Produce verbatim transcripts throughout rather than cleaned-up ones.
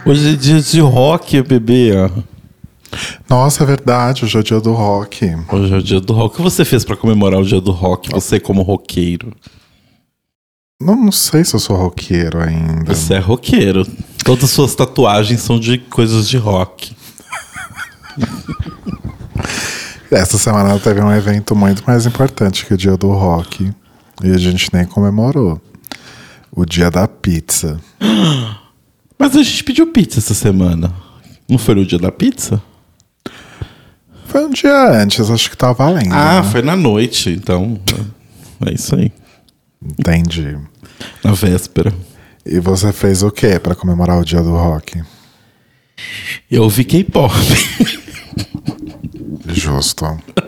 Hoje é dia de rock, bebê. Nossa, é verdade, hoje é o dia do rock. Hoje é o dia do rock. O que você fez pra comemorar o dia do rock, você como roqueiro? Não, não sei se eu sou roqueiro ainda. Você é roqueiro. Todas as suas tatuagens são de coisas de rock. Essa semana teve um evento muito mais importante que o dia do rock. E a gente nem comemorou. O dia da pizza. Mas a gente pediu pizza essa semana. Não foi no dia da pizza? Foi um dia antes, acho que tá valendo. Ah, né? foi na noite, então. É isso aí. Entendi. Na véspera. E você fez o que pra comemorar o dia do rock? Eu ouvi K-pop. Justo.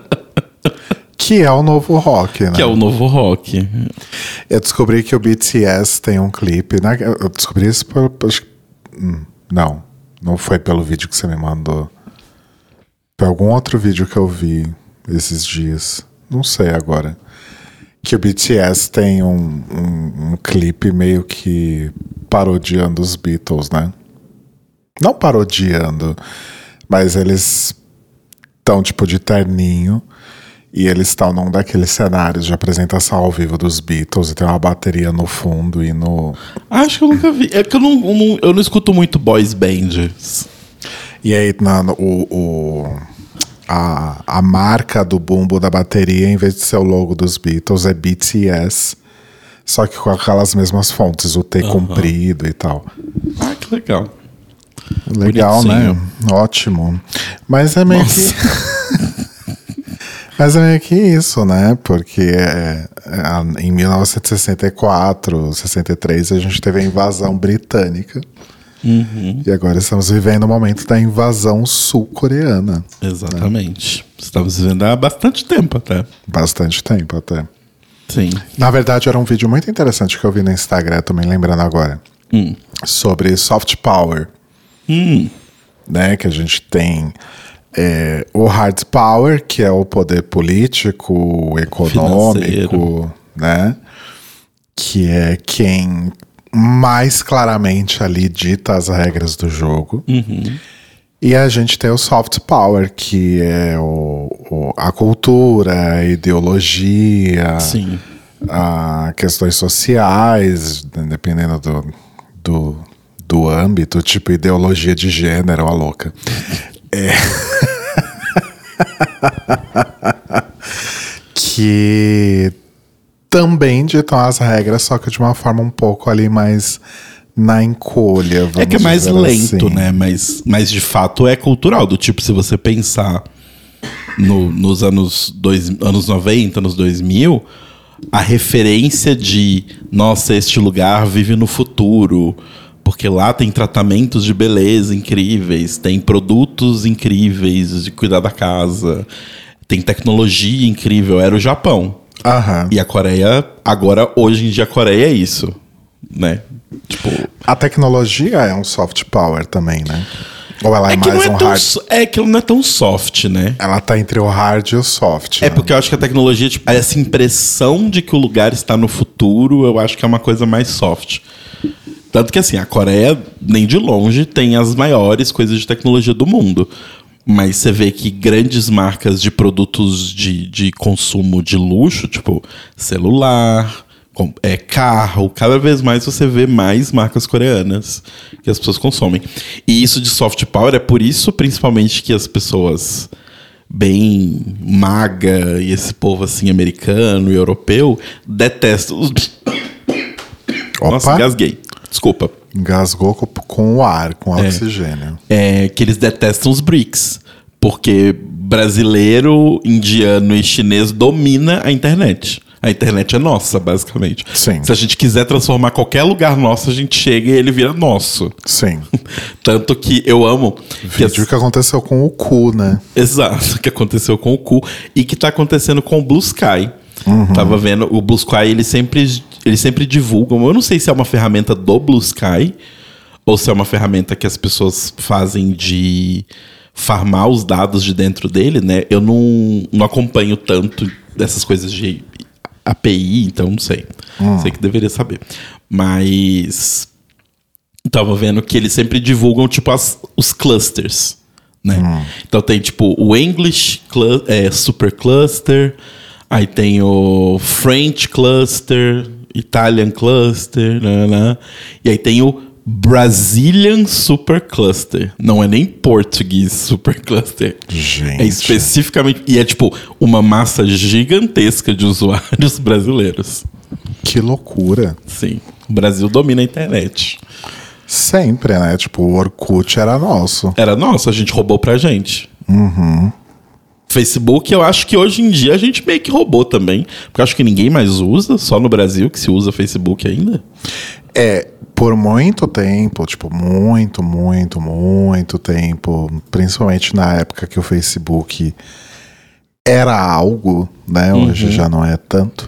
Que é o novo rock, né? Que é o novo rock. Eu descobri que o B T S tem um clipe. Né? Eu descobri isso por. Acho que- hum, Não, não foi pelo vídeo que você me mandou. Foi algum outro vídeo que eu vi esses dias. Não sei agora. Que o B T S tem um, um, um clipe meio que parodiando os Beatles, né? Não parodiando, mas eles estão tipo de terninho. E eles estão num daqueles cenários de apresentação ao vivo dos Beatles e tem uma bateria no fundo e no... Acho que eu nunca vi. É que eu não, eu não, eu não escuto muito boys bands. E aí na, no- o, o, a, a marca do bumbo da bateria, em vez de ser o logo dos Beatles, é B T S. Só que com aquelas mesmas fontes, o T comprido e tal. Ah, que legal. Legal, Bonitinho. né? Ótimo. Mas é meio Nossa. que... Mas é meio que isso, né? Porque é, é, em mil novecentos e sessenta e quatro, sessenta e três, a gente teve a invasão britânica. Uhum. E agora estamos vivendo o momento da invasão sul-coreana. Exatamente. Estamos vivendo há bastante tempo até. Bastante tempo até. Sim. Na verdade, era um vídeo muito interessante que eu vi no Instagram, também lembrando agora. Hum. Sobre soft power. Hum. Né? Que a gente tem... É, o hard power, que é o poder político, econômico, Financeiro. né? Que é quem mais claramente ali dita as regras do jogo. Uhum. E a gente tem o soft power, que é o, o- a cultura, a ideologia, Sim. a questões sociais, dependendo do, do, do âmbito, tipo ideologia de gênero, a louca. É. Que também ditam as regras, só que de uma forma um pouco ali mais na encolha. Vamos É que é mais dizer lento, assim. né? Mas, mas de fato é cultural. Do tipo, se você pensar no- nos anos, dois, anos noventa, anos dois mil, a referência de, nossa, este lugar vive no futuro, porque lá tem tratamentos de beleza incríveis, tem produtos incríveis de cuidar da casa, tem tecnologia incrível, era o Japão. Aham. E a Coreia, agora, hoje em dia, a Coreia é isso, né? Tipo... A tecnologia é um soft power também, né? Ou ela é, É que, mais não é, um tão, hard... so- é que ela não é tão soft, né? Ela tá entre o hard e o soft. É né? porque eu acho que a tecnologia, tipo, essa impressão de que o lugar está no futuro, eu acho que é uma coisa mais soft. Tanto que, assim, a Coreia, nem de longe, tem as maiores coisas de tecnologia do mundo. Mas você vê que grandes marcas de produtos de, de consumo de luxo, tipo celular, com- é, carro, cada vez mais você vê mais marcas coreanas que as pessoas consomem. E isso de soft power é por isso, principalmente, que as pessoas bem maga e esse povo assim americano e europeu detestam os... Opa, Nossa, gasguei. Desculpa. engasgou com, com o ar, com oxigênio. É que eles detestam os B R I C S. Porque brasileiro, indiano e chinês domina a internet. A internet é nossa, basicamente. Sim. Se a gente quiser transformar qualquer lugar nosso, a gente chega e ele vira nosso. Sim. Tanto que eu amo... que as- Vídeo que aconteceu com o cu, né? Exato, que aconteceu com o cu e que tá acontecendo com o Blue Sky. Tava vendo, o Blue Sky, eles sempre, eles sempre divulgam. Eu não sei se é uma ferramenta do Blue Sky ou se é uma ferramenta que as pessoas fazem de farmar os dados de dentro dele, né? Eu não, não acompanho tanto dessas coisas de A P I, então não sei. Sei que deveria saber. Mas tava vendo que eles sempre divulgam, tipo, as, os clusters, né? Hum. Então tem, tipo, o English clu- é, Super Cluster, aí tem o French Cluster, Italian Cluster, né, né, e aí tem o Brazilian Super Cluster. Não é nem português Super Cluster. Gente. É especificamente... E é, tipo, uma massa gigantesca de usuários brasileiros. Que loucura. Sim. O Brasil domina a internet. Sempre, né? Tipo, o Orkut era nosso. Era nosso, a gente roubou pra gente. Uhum. Facebook, eu acho que hoje em dia a gente meio que roubou também. Porque eu acho que ninguém mais usa, só no Brasil que se usa Facebook ainda. É, por muito tempo, tipo, muito, muito, muito tempo, principalmente na época que o Facebook era algo, né? Hoje uhum. já não é tanto.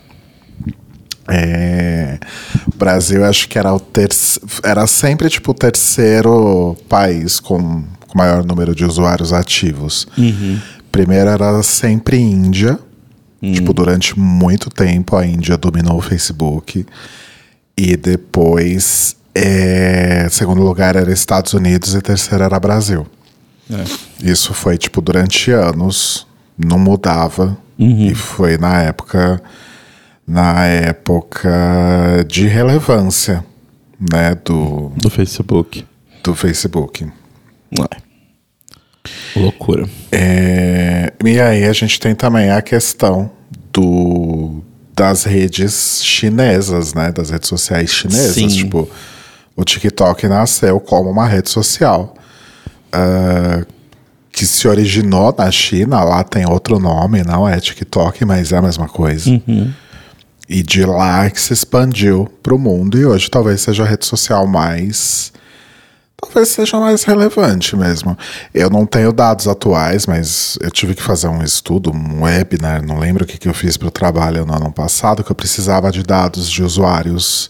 É, o Brasil, acho que era o terceiro, era sempre tipo o terceiro país com, com maior número de usuários ativos. Uhum. Primeiro era sempre Índia. Uhum. Tipo, durante muito tempo a Índia dominou o Facebook. E depois, é, segundo lugar era Estados Unidos e terceiro era Brasil. É. Isso foi, tipo, durante anos, não mudava. Uhum. E foi na época, na época de relevância, né, do... Do Facebook. Do Facebook. Ué. Loucura. É, e aí a gente tem também a questão do... das redes chinesas, né? Das redes sociais chinesas. Sim. Tipo, o TikTok nasceu como uma rede social uh, que se originou na China. Lá tem outro nome, não é TikTok, mas é a mesma coisa. Uhum. E de lá que se expandiu pro mundo. E hoje talvez seja a rede social mais... Talvez seja mais relevante mesmo. Eu não tenho dados atuais, mas eu tive que fazer um estudo, um webinar, não lembro o que, que eu fiz para o trabalho no ano passado, que eu precisava de dados de usuários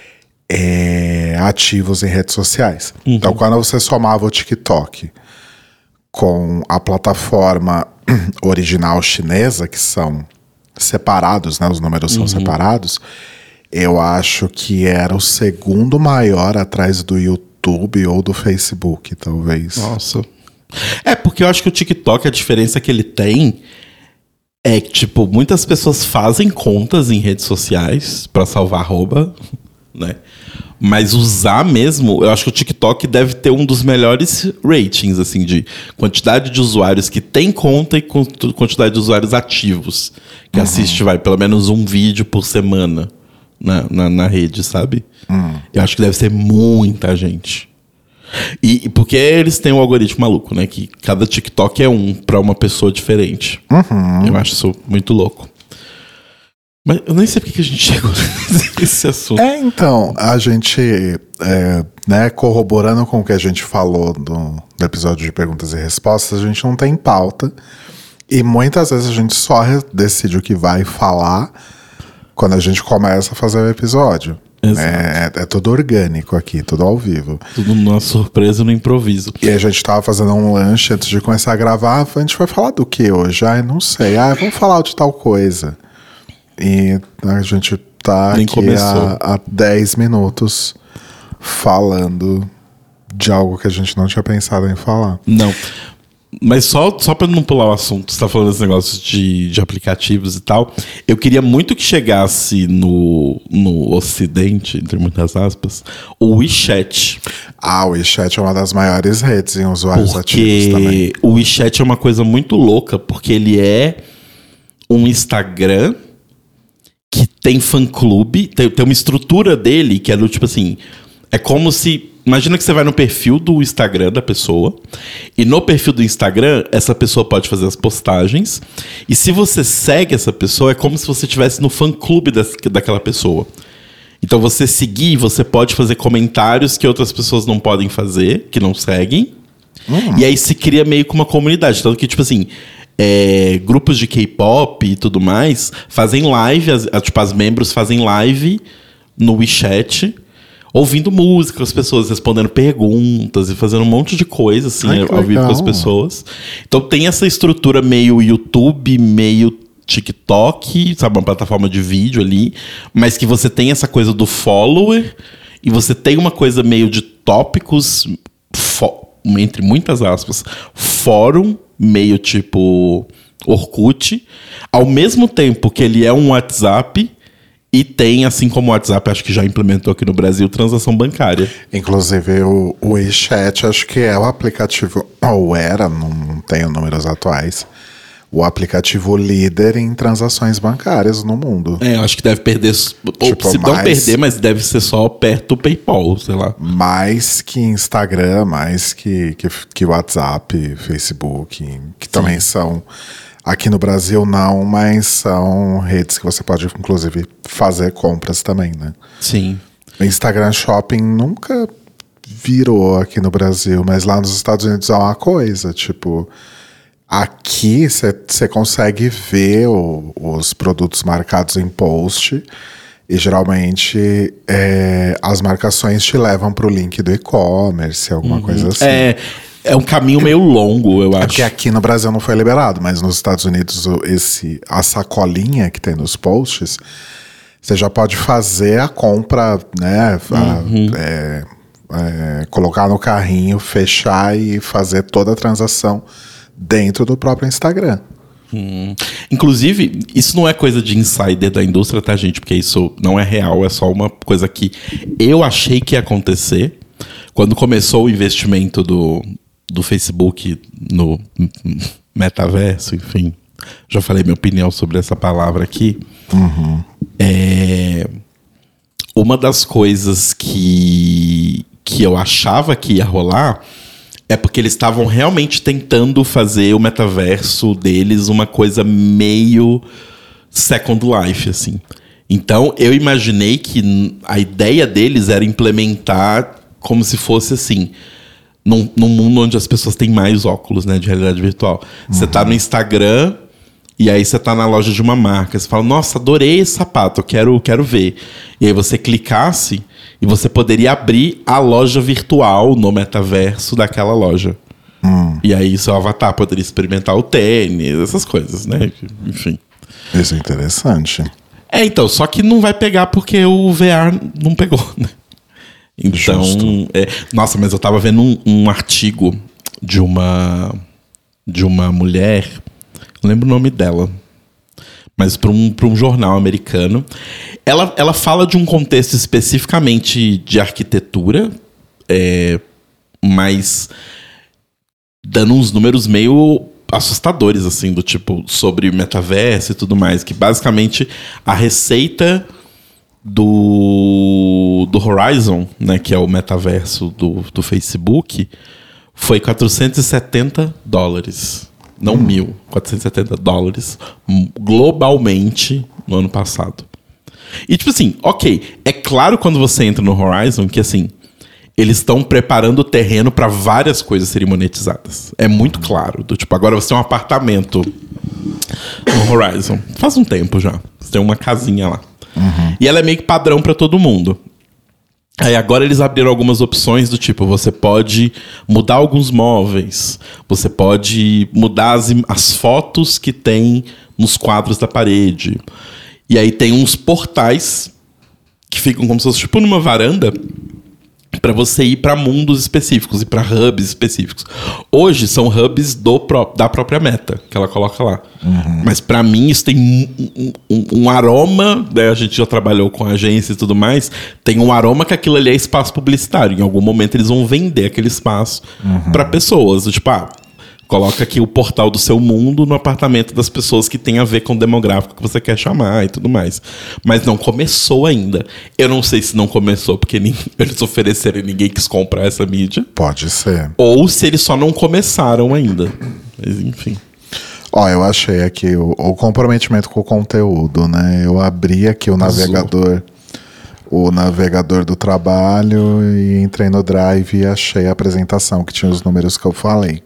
é, ativos em redes sociais. Uhum. Então, quando você somava o TikTok com a plataforma original chinesa, que são separados, né? Os números são uhum. separados, eu acho que era o segundo maior atrás do YouTube. YouTube ou do Facebook, talvez. Nossa. É, porque eu acho que o TikTok, a diferença que ele tem é que, tipo, muitas pessoas fazem contas em redes sociais pra salvar arroba, né? Mas usar mesmo, eu acho que o TikTok deve ter um dos melhores ratings, assim, de quantidade de usuários que tem conta e quantidade de usuários ativos, que uhum. assiste, vai, pelo menos um vídeo por semana. Na, na, na rede, sabe? Hum. Eu acho que deve ser muita gente. E, e porque eles têm um algoritmo maluco, né? Que cada TikTok é um pra uma pessoa diferente. Uhum. Eu acho isso muito louco. Mas eu nem sei porque que a gente chegou nesse assunto. É, então, a gente, é, né, corroborando com o que a gente falou no, no episódio de perguntas e respostas, a gente não tem pauta. E muitas vezes a gente só decide o que vai falar quando a gente começa a fazer o episódio. É, é tudo orgânico aqui, tudo ao vivo. Tudo numa surpresa, no improviso. E a gente tava fazendo um lanche antes de começar a gravar. A gente vai falar do que hoje? Ai, não sei. Ah, vamos falar de tal coisa. E a gente tá Nem aqui há, há dez minutos falando de algo que a gente não tinha pensado em falar. Não. Mas só, só pra não pular o assunto, você tá falando desse negócio de, de aplicativos e tal, eu queria muito que chegasse no, no Ocidente, entre muitas aspas, o WeChat. Ah, o WeChat é uma das maiores redes em usuários porque ativos também. O WeChat é uma coisa muito louca, porque ele é um Instagram que tem fã-clube, tem, tem uma estrutura dele que é do tipo assim, é como se... Imagina que você vai no perfil do Instagram da pessoa, e no perfil do Instagram, essa pessoa pode fazer as postagens, e se você segue essa pessoa, é como se você estivesse no fã-clube daquela pessoa. Então você seguir, você pode fazer comentários que outras pessoas não podem fazer, que não seguem, uhum. E aí se cria meio que uma comunidade. Tanto que, tipo assim, é, grupos de K-pop e tudo mais fazem live, as, tipo, as membros fazem live no WeChat, ouvindo música, as pessoas respondendo perguntas e fazendo um monte de coisa, assim, Ai, ao vivo com as pessoas. Então tem essa estrutura meio YouTube, meio TikTok, sabe, uma plataforma de vídeo ali, mas que você tem essa coisa do follower e você tem uma coisa meio de tópicos, fo- entre muitas aspas, fórum, meio tipo Orkut, ao mesmo tempo que ele é um WhatsApp e tem, assim como o WhatsApp, acho que já implementou aqui no Brasil, transação bancária. Inclusive o, o WeChat, acho que é o aplicativo, ou era, não, não tenho números atuais, o aplicativo líder em transações bancárias no mundo. É, eu acho que deve perder, Tipo, ou se não mais- perder, mas deve ser só perto do PayPal, sei lá. Mais que Instagram, mais que, que, que WhatsApp, Facebook, que também são... Aqui no Brasil não, mas são redes que você pode, inclusive, fazer compras também, né? Sim. O Instagram Shopping nunca virou aqui no Brasil, mas lá nos Estados Unidos é uma coisa, tipo... Aqui você consegue ver o- os produtos marcados em post e geralmente é, as marcações te levam para o link do e-commerce, alguma coisa assim. É, é um caminho meio longo, eu É acho. porque aqui no Brasil não foi liberado, mas nos Estados Unidos o- esse, a sacolinha que tem nos posts, você já pode fazer a compra, né? a- é, é, colocar no carrinho, fechar e fazer toda a transação dentro do próprio Instagram. Hum. Inclusive, isso não é coisa de insider da indústria, tá, gente? Porque isso não é real, é só uma coisa que eu achei que ia acontecer quando começou o investimento do, do Facebook no metaverso, enfim. Já falei minha opinião sobre essa palavra aqui. É, uma das coisas que, que eu achava que ia rolar é porque eles estavam realmente tentando fazer o metaverso deles uma coisa meio Second Life, assim. Então, eu imaginei que a ideia deles era implementar como se fosse assim, num, num mundo onde as pessoas têm mais óculos, né, de realidade virtual. Você tá no Instagram e aí você tá na loja de uma marca. Você fala, nossa, adorei esse sapato, eu quero, quero ver. E aí você clicasse e você poderia abrir a loja virtual no metaverso daquela loja. Hum. E aí seu avatar poderia experimentar o tênis, essas coisas, né? Enfim. Isso é interessante. É, então, só que não vai pegar porque o V R não pegou, né? Então, Justo. é, nossa, mas eu tava vendo um, um artigo de uma de uma mulher, não lembro o nome dela, mas para um, para um jornal americano. Ela, ela fala de um contexto especificamente de arquitetura, é, mas dando uns números meio assustadores, assim, do tipo, sobre metaverso e tudo mais, que basicamente a receita do, do Horizon, né, que é o metaverso do, do Facebook, foi quatrocentos e setenta dólares. Não Hum. mil, quatrocentos e setenta dólares globalmente no ano passado. E tipo assim, ok, é claro quando você entra no Horizon que assim, eles estão preparando o terreno para várias coisas serem monetizadas. É muito claro. Do tipo, agora você tem um apartamento no Horizon. Faz um tempo já. Você tem uma casinha lá. Uhum. E ela é meio que padrão para todo mundo. Aí agora eles abriram algumas opções do tipo, você pode mudar alguns móveis, você pode mudar as, im- as fotos que tem nos quadros da parede. E aí tem uns portais que ficam como se fosse tipo numa varanda para você ir para mundos específicos e para hubs específicos. Hoje são hubs do pró- da própria Meta, que ela coloca lá. Mas para mim isso tem um, um- um aroma, né? A gente já trabalhou com agência e tudo mais, tem um aroma que aquilo ali é espaço publicitário. Em algum momento eles vão vender aquele espaço para pessoas. Tipo, ah, coloca aqui o portal do seu mundo no apartamento das pessoas que tem a ver com o demográfico que você quer chamar e tudo mais. Mas não começou ainda. Eu não sei se não começou porque nin- eles ofereceram e ninguém quis comprar essa mídia. Pode ser. Ou se eles só não começaram ainda. Mas enfim. Ó, eu achei aqui o, o comprometimento com o conteúdo, né? Eu abri aqui o navegador, o navegador do trabalho e entrei no Drive e achei a apresentação que tinha os números que eu falei.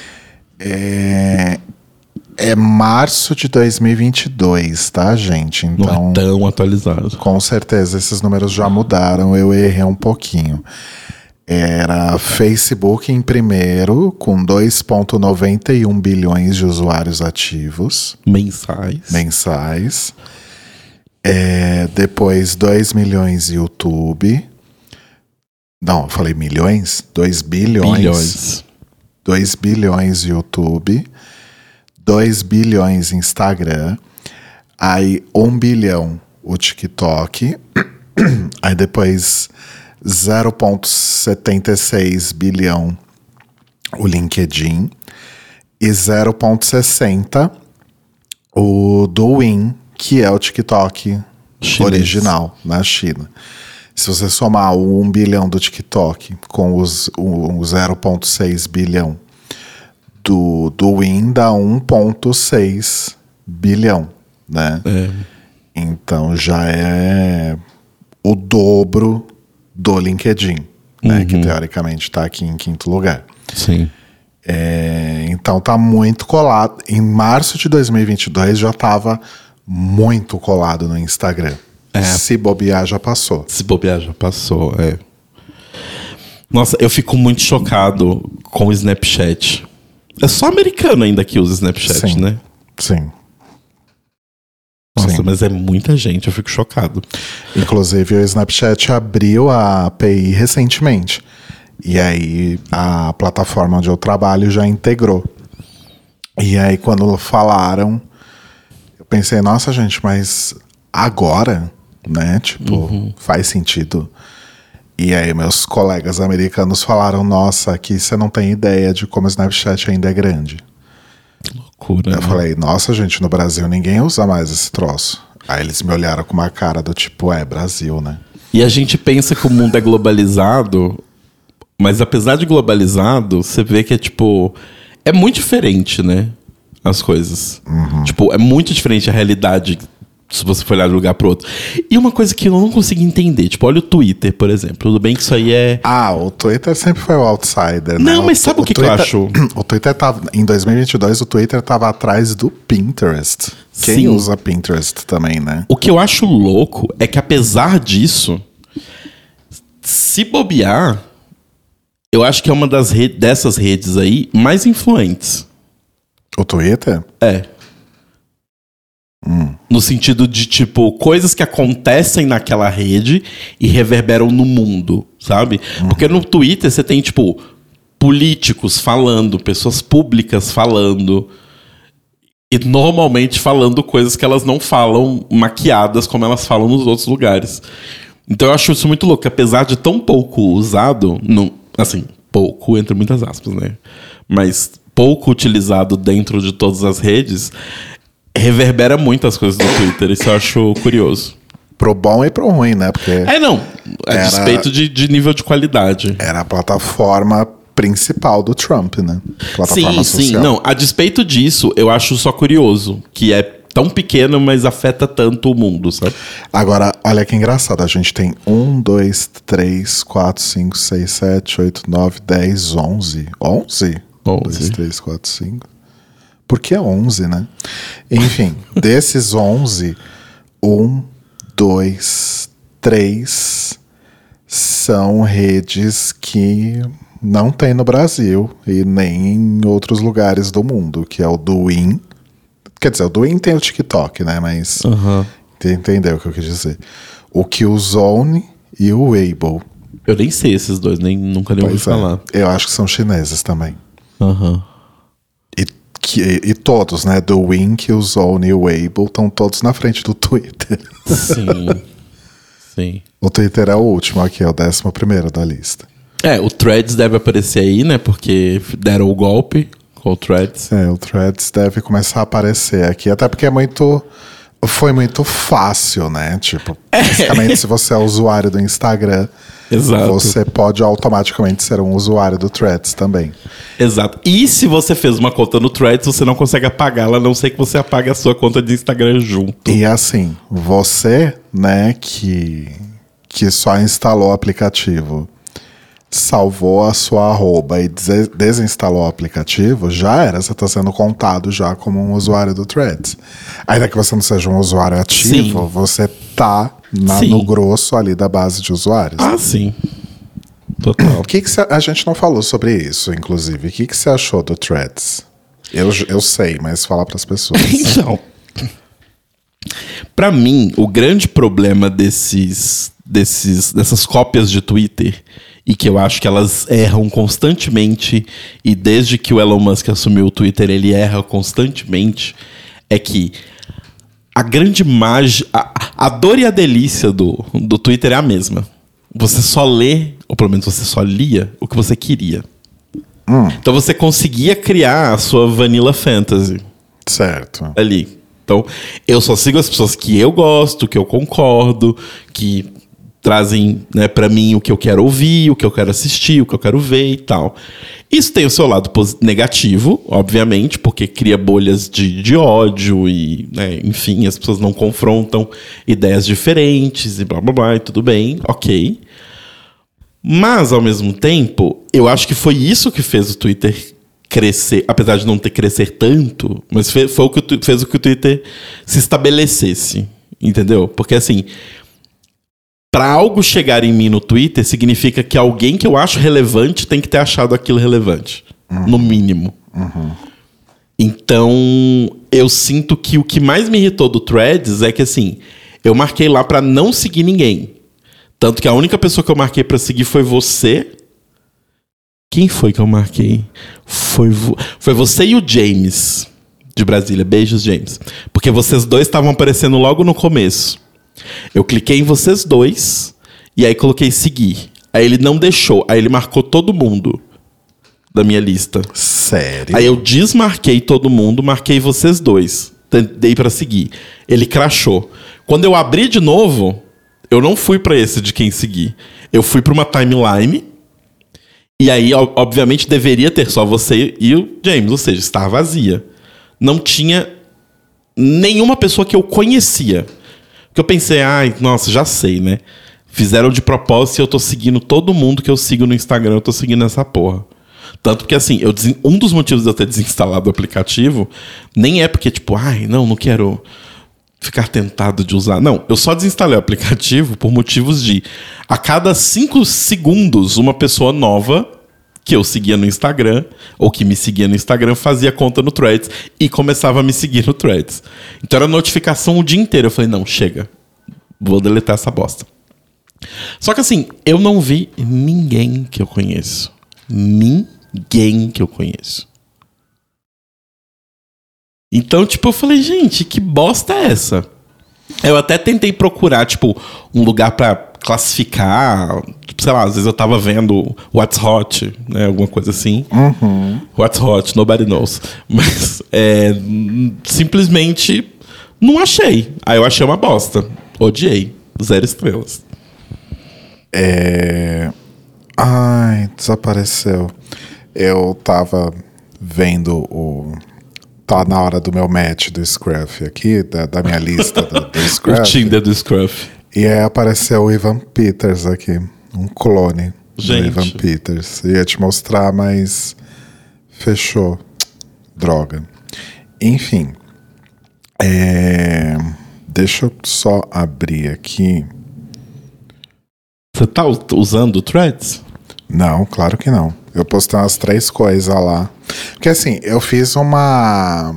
É, é março de dois mil e vinte e dois, tá, gente? Não Então, é tão atualizado. com certeza esses números já mudaram, eu errei um pouquinho. Era Facebook em primeiro, com dois vírgula noventa e um bilhões de usuários ativos Mensais. mensais. É, depois dois milhões YouTube. Não, eu falei milhões? dois bilhões. Bilhões. dois bilhões YouTube, dois bilhões Instagram, aí um bilhão o TikTok, aí depois zero vírgula setenta e seis bilhão o LinkedIn e zero vírgula sessenta o Douyin, que é o TikTok Chinês. Original na China. Se você somar o um bilhão do TikTok com os, o, o zero vírgula seis bilhão do Douyin, dá um vírgula seis bilhão, né? É. Então já é o dobro do LinkedIn, né? Uhum. Que teoricamente está aqui em quinto lugar. Sim. É, então tá muito colado. Em março de dois mil e vinte e dois já estava muito colado no Instagram. É. Se bobear, já passou. Se bobear, já passou, é. Nossa, eu fico muito chocado com o Snapchat. É só americano ainda que usa Snapchat, Sim. né? Sim. Nossa, Sim. mas é muita gente, eu fico chocado. Inclusive, o Snapchat abriu a A P I recentemente. E aí, a plataforma onde eu trabalho já integrou. E aí, quando falaram, eu pensei, nossa, gente, mas agora, né? Tipo, uhum. faz sentido. E aí, meus colegas americanos falaram, nossa, aqui você não tem ideia de como o Snapchat ainda é grande. Loucura, Eu né? falei, nossa, gente, no Brasil ninguém usa mais esse troço. Aí eles me olharam com uma cara do tipo, é, Brasil, né? E a gente pensa que o mundo é globalizado, mas apesar de globalizado, você vê que é tipo... É muito diferente, né? As coisas. Uhum. Tipo, é muito diferente a realidade se você for olhar de um lugar pro outro. E uma coisa que eu não consigo entender, tipo, olha o Twitter, por exemplo. Tudo bem que isso aí é... Ah, o Twitter sempre foi o outsider, né? Não, mas o, sabe o, o que, Twitter, que eu acho? O Twitter tava... Em dois mil e vinte e dois, o Twitter tava atrás do Pinterest. Quem Sim. usa Pinterest também, né? O que eu acho louco é que, apesar disso, se bobear, eu acho que é uma das redes, dessas redes aí mais influentes. O Twitter? É. Hum. No sentido de, tipo, coisas que acontecem naquela rede e reverberam no mundo, sabe? Uhum. Porque no Twitter você tem, tipo, políticos falando, pessoas públicas falando, e normalmente falando coisas que elas não falam maquiadas como elas falam nos outros lugares. Então eu acho isso muito louco, apesar de tão pouco usado, não, assim, pouco entre muitas aspas, né? Mas pouco utilizado dentro de todas as redes, reverbera muito as coisas do Twitter. Isso eu acho curioso. Pro bom e pro ruim, né? Porque é, não. A era, despeito de, de nível de qualidade. Era a plataforma principal do Trump, né? Plataforma sim, social. sim. Não, a despeito disso, eu acho só curioso. Que é tão pequeno, mas afeta tanto o mundo, sabe? Agora, olha que engraçado. A gente tem um, dois, três, quatro, cinco, seis, sete, oito, nove, dez, onze. Onze? onze. dois, três, quatro, cinco. Por que onze, né? Enfim, desses onze, um, dois, três são redes que não tem no Brasil e nem em outros lugares do mundo, que é o Douyin. Quer dizer, o Douyin tem o TikTok, né? Mas uhum. entendeu o que eu quis dizer. O Qzone e o Weibo. Eu nem sei esses dois, nem, nunca nem ouvi falar. Eu acho que são chineses também. Aham. Uhum. Que, e todos, né? Douyin, Qzone e o Weibo estão todos na frente do Twitter. Sim. Sim. O Twitter é o último aqui, é o décimo primeiro da lista. É, o Threads deve aparecer aí, né? Porque deram o golpe com o Threads. É, o Threads deve começar a aparecer aqui, até porque é muito... Foi muito fácil, né? Tipo, é. basicamente, se você é usuário do Instagram, exato, você pode automaticamente ser um usuário do Threads também. Exato. E se você fez uma conta no Threads, você não consegue apagá-la, a não ser que você apague a sua conta de Instagram junto. E assim, você, né, que, que só instalou o aplicativo, salvou a sua arroba e des- desinstalou o aplicativo, já era, você está sendo contado já como um usuário do Threads. Ainda que você não seja um usuário ativo, sim, você tá na, no grosso ali da base de usuários. Ah, sim. Total. O que que cê, a gente não falou sobre isso, inclusive. O que que você achou do Threads? Eu, eu sei, mas fala para as pessoas. Então, para mim, o grande problema desses, desses, dessas cópias de Twitter e que eu acho que elas erram constantemente, e desde que o Elon Musk assumiu o Twitter, ele erra constantemente, é que a grande mágica, a, a dor e a delícia do, do Twitter é a mesma. Você só lê, ou pelo menos você só lia, o que você queria. Hum. Então você conseguia criar a sua Vanilla Fantasy. Certo. Ali. Então, eu só sigo as pessoas que eu gosto, que eu concordo, que trazem, né, pra mim o que eu quero ouvir, o que eu quero assistir, o que eu quero ver e tal. Isso tem o seu lado negativo, obviamente, porque cria bolhas de, de ódio e, né, enfim, as pessoas não confrontam ideias diferentes e blá blá blá, e tudo bem, ok. Mas, ao mesmo tempo, eu acho que foi isso que fez o Twitter crescer, apesar de não ter crescer tanto, mas foi, foi o que fez o que o Twitter se estabelecesse, entendeu? Porque, assim, para algo chegar em mim no Twitter, significa que alguém que eu acho relevante tem que ter achado aquilo relevante, uhum. no mínimo. Uhum. Então, eu sinto que o que mais me irritou do Threads é que, assim, eu marquei lá para não seguir ninguém. Tanto que a única pessoa que eu marquei pra seguir foi você. Quem foi que eu marquei? Foi, vo... foi você e o James, de Brasília. Beijos, James. Porque vocês dois estavam aparecendo logo no começo. Eu cliquei em vocês dois e aí coloquei seguir. Aí ele não deixou. Aí ele marcou todo mundo da minha lista. Sério? Aí eu desmarquei todo mundo, marquei vocês dois. Dei pra seguir. Ele crashou. Quando eu abri de novo... Eu não fui pra esse de quem seguir. Eu fui pra uma timeline. E aí, obviamente, deveria ter só você e o James. Ou seja, estava vazia. Não tinha nenhuma pessoa que eu conhecia. Porque eu pensei, ai, nossa, já sei, né? Fizeram de propósito e eu tô seguindo todo mundo que eu sigo no Instagram. Eu tô seguindo essa porra. Tanto que, assim, eu des... um dos motivos de eu ter desinstalado o aplicativo nem é porque, tipo, ai, não, não quero... ficar tentado de usar. Não, eu só desinstalei o aplicativo por motivos de... A cada cinco segundos, uma pessoa nova que eu seguia no Instagram, ou que me seguia no Instagram, fazia conta no Threads e começava a me seguir no Threads. Então era notificação o dia inteiro. Eu falei, não, chega. Vou deletar essa bosta. Só que assim, eu não vi ninguém que eu conheço. Ninguém que eu conheço. Então, tipo, eu falei, gente, que bosta é essa? Eu até tentei procurar, tipo, um lugar pra classificar. Tipo, sei lá, às vezes eu tava vendo What's Hot, né? Alguma coisa assim. Uhum. What's Hot, nobody knows. Mas, é, simplesmente não achei. Aí eu achei uma bosta. Odiei. Zero estrelas. É... Ai, desapareceu. Eu tava vendo o... Tá na hora do meu match do Scruff aqui, da, da minha lista do, do Scruff. O Tinder do Scruff. E aí apareceu o Evan Peters aqui, um clone Gente. do Evan Peters. Eu ia te mostrar, mas fechou. Droga. Enfim. É... Deixa eu só abrir aqui. Você tá usando o Threads? Não, claro que não. Eu postei umas três coisas lá. Porque assim, eu fiz uma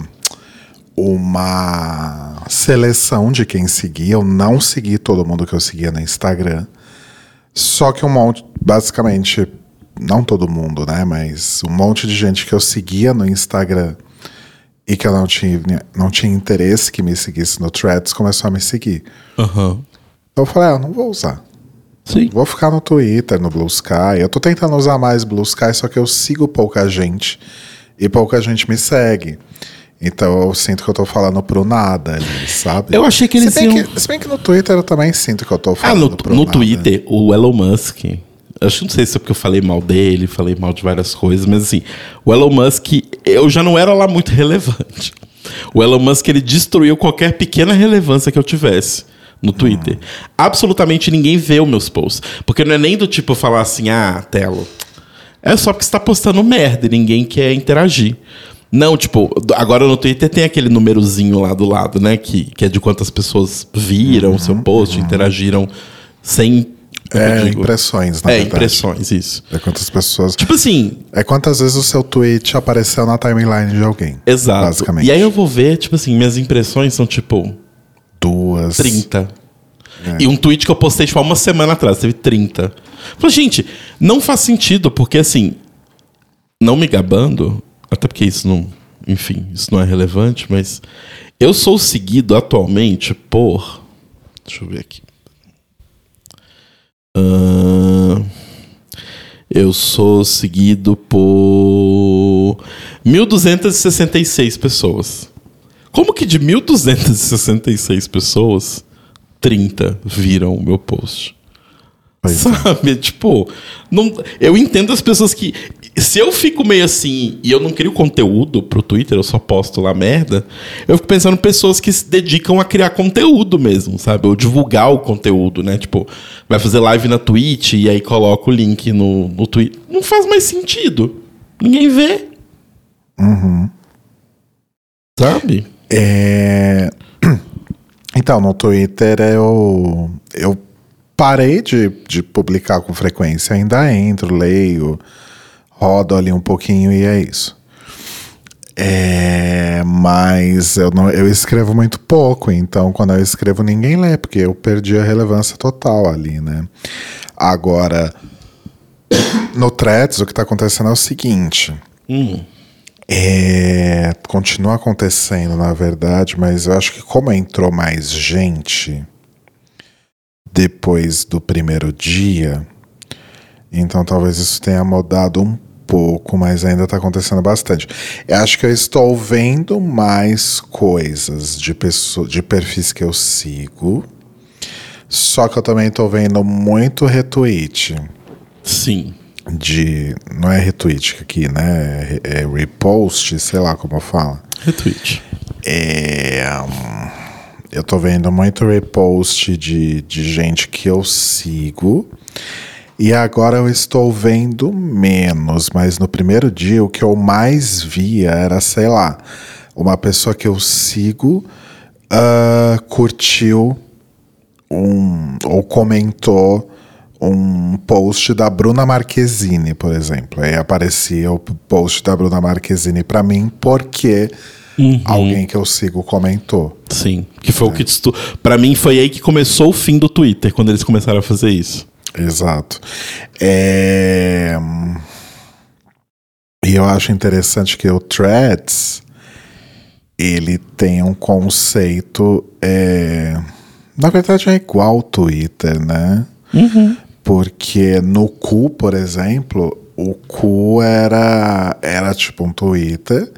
uma seleção de quem seguia. Eu não segui todo mundo que eu seguia no Instagram. Só que um monte, basicamente, não todo mundo, né? Mas um monte de gente que eu seguia no Instagram e que eu não tinha, não tinha interesse que me seguisse no Threads começou a me seguir. Uhum. Então eu falei, ah, eu não vou usar. Sim. Vou ficar no Twitter, no Blue Sky. Eu tô tentando usar mais Blue Sky, só que eu sigo pouca gente e pouca gente me segue. Então eu sinto que eu tô falando pro nada ali, sabe? Eu achei que eles se bem iam... que, se bem que no Twitter eu também sinto que eu tô falando ah, no, pro no nada. Twitter, o Elon Musk... Acho que não sei se é porque eu falei mal dele, falei mal de várias coisas, mas assim, o Elon Musk, eu já não era lá muito relevante. O Elon Musk, ele destruiu qualquer pequena relevância que eu tivesse no Twitter. Hum. Absolutamente ninguém vê os meus posts. Porque não é nem do tipo falar assim, ah, Telo, é só porque você tá postando merda e ninguém quer interagir. Não, tipo, agora no Twitter tem aquele númerozinho lá do lado, né? Que, que é de quantas pessoas viram o uhum, seu post, uhum. interagiram sem... É, impressões, na é, verdade. É, impressões, isso. É quantas pessoas... Tipo assim... É quantas vezes o seu tweet apareceu na timeline de alguém. Exato. Basicamente. E aí eu vou ver, tipo assim, minhas impressões são tipo... Duas. trinta. É. E um tweet que eu postei, tipo, há uma semana atrás, teve trinta. Falei, gente, não faz sentido, porque assim, não me gabando, até porque isso não, enfim, isso não é relevante, mas eu sou seguido atualmente por, deixa eu ver aqui, uh, eu sou seguido por mil duzentas e sessenta e seis pessoas. Como que de mil duzentas e sessenta e seis pessoas, trinta viram o meu post? Pois Sabe? É. Tipo, não, eu entendo as pessoas que... Se eu fico meio assim e eu não crio conteúdo pro Twitter, eu só posto lá merda, eu fico pensando em pessoas que se dedicam a criar conteúdo mesmo, sabe? Ou divulgar o conteúdo, né? Tipo, vai fazer live na Twitch e aí coloca o link no, no Twitter. Não faz mais sentido. Ninguém vê. Uhum. Sabe? É... Então, no Twitter eu, eu parei de, de publicar com frequência. Ainda entro, leio, rodo ali um pouquinho e é isso. É... Mas eu, não, eu escrevo muito pouco, então quando eu escrevo ninguém lê, porque eu perdi a relevância total ali, né? Agora, no Threads, o que está acontecendo é o seguinte... Hum. É, continua acontecendo, na verdade, mas eu acho que como entrou mais gente depois do primeiro dia, então talvez isso tenha mudado um pouco, mas ainda está acontecendo bastante. Eu acho que eu estou vendo mais coisas de, pessoa, de perfis que eu sigo, só que eu também estou vendo muito retweet. Sim. De, não é retweet aqui, né? É, é repost, sei lá como eu falo. Retweet. É, um, eu tô vendo muito repost de, de gente que eu sigo. E agora eu estou vendo menos. Mas no primeiro dia o que eu mais via era, sei lá, uma pessoa que eu sigo uh, curtiu um, ou comentou um post da Bruna Marquezine, por exemplo. Aí aparecia o post da Bruna Marquezine pra mim porque uhum. alguém que eu sigo comentou. Sim, que foi é. o que... Tu... Pra mim foi aí que começou o fim do Twitter, quando eles começaram a fazer isso. Exato. É... E eu acho interessante que o Threads, ele tem um conceito... É... Na verdade é igual ao Twitter, né? Uhum. Porque no Cu, por exemplo, o Cu era, era tipo um Twitter,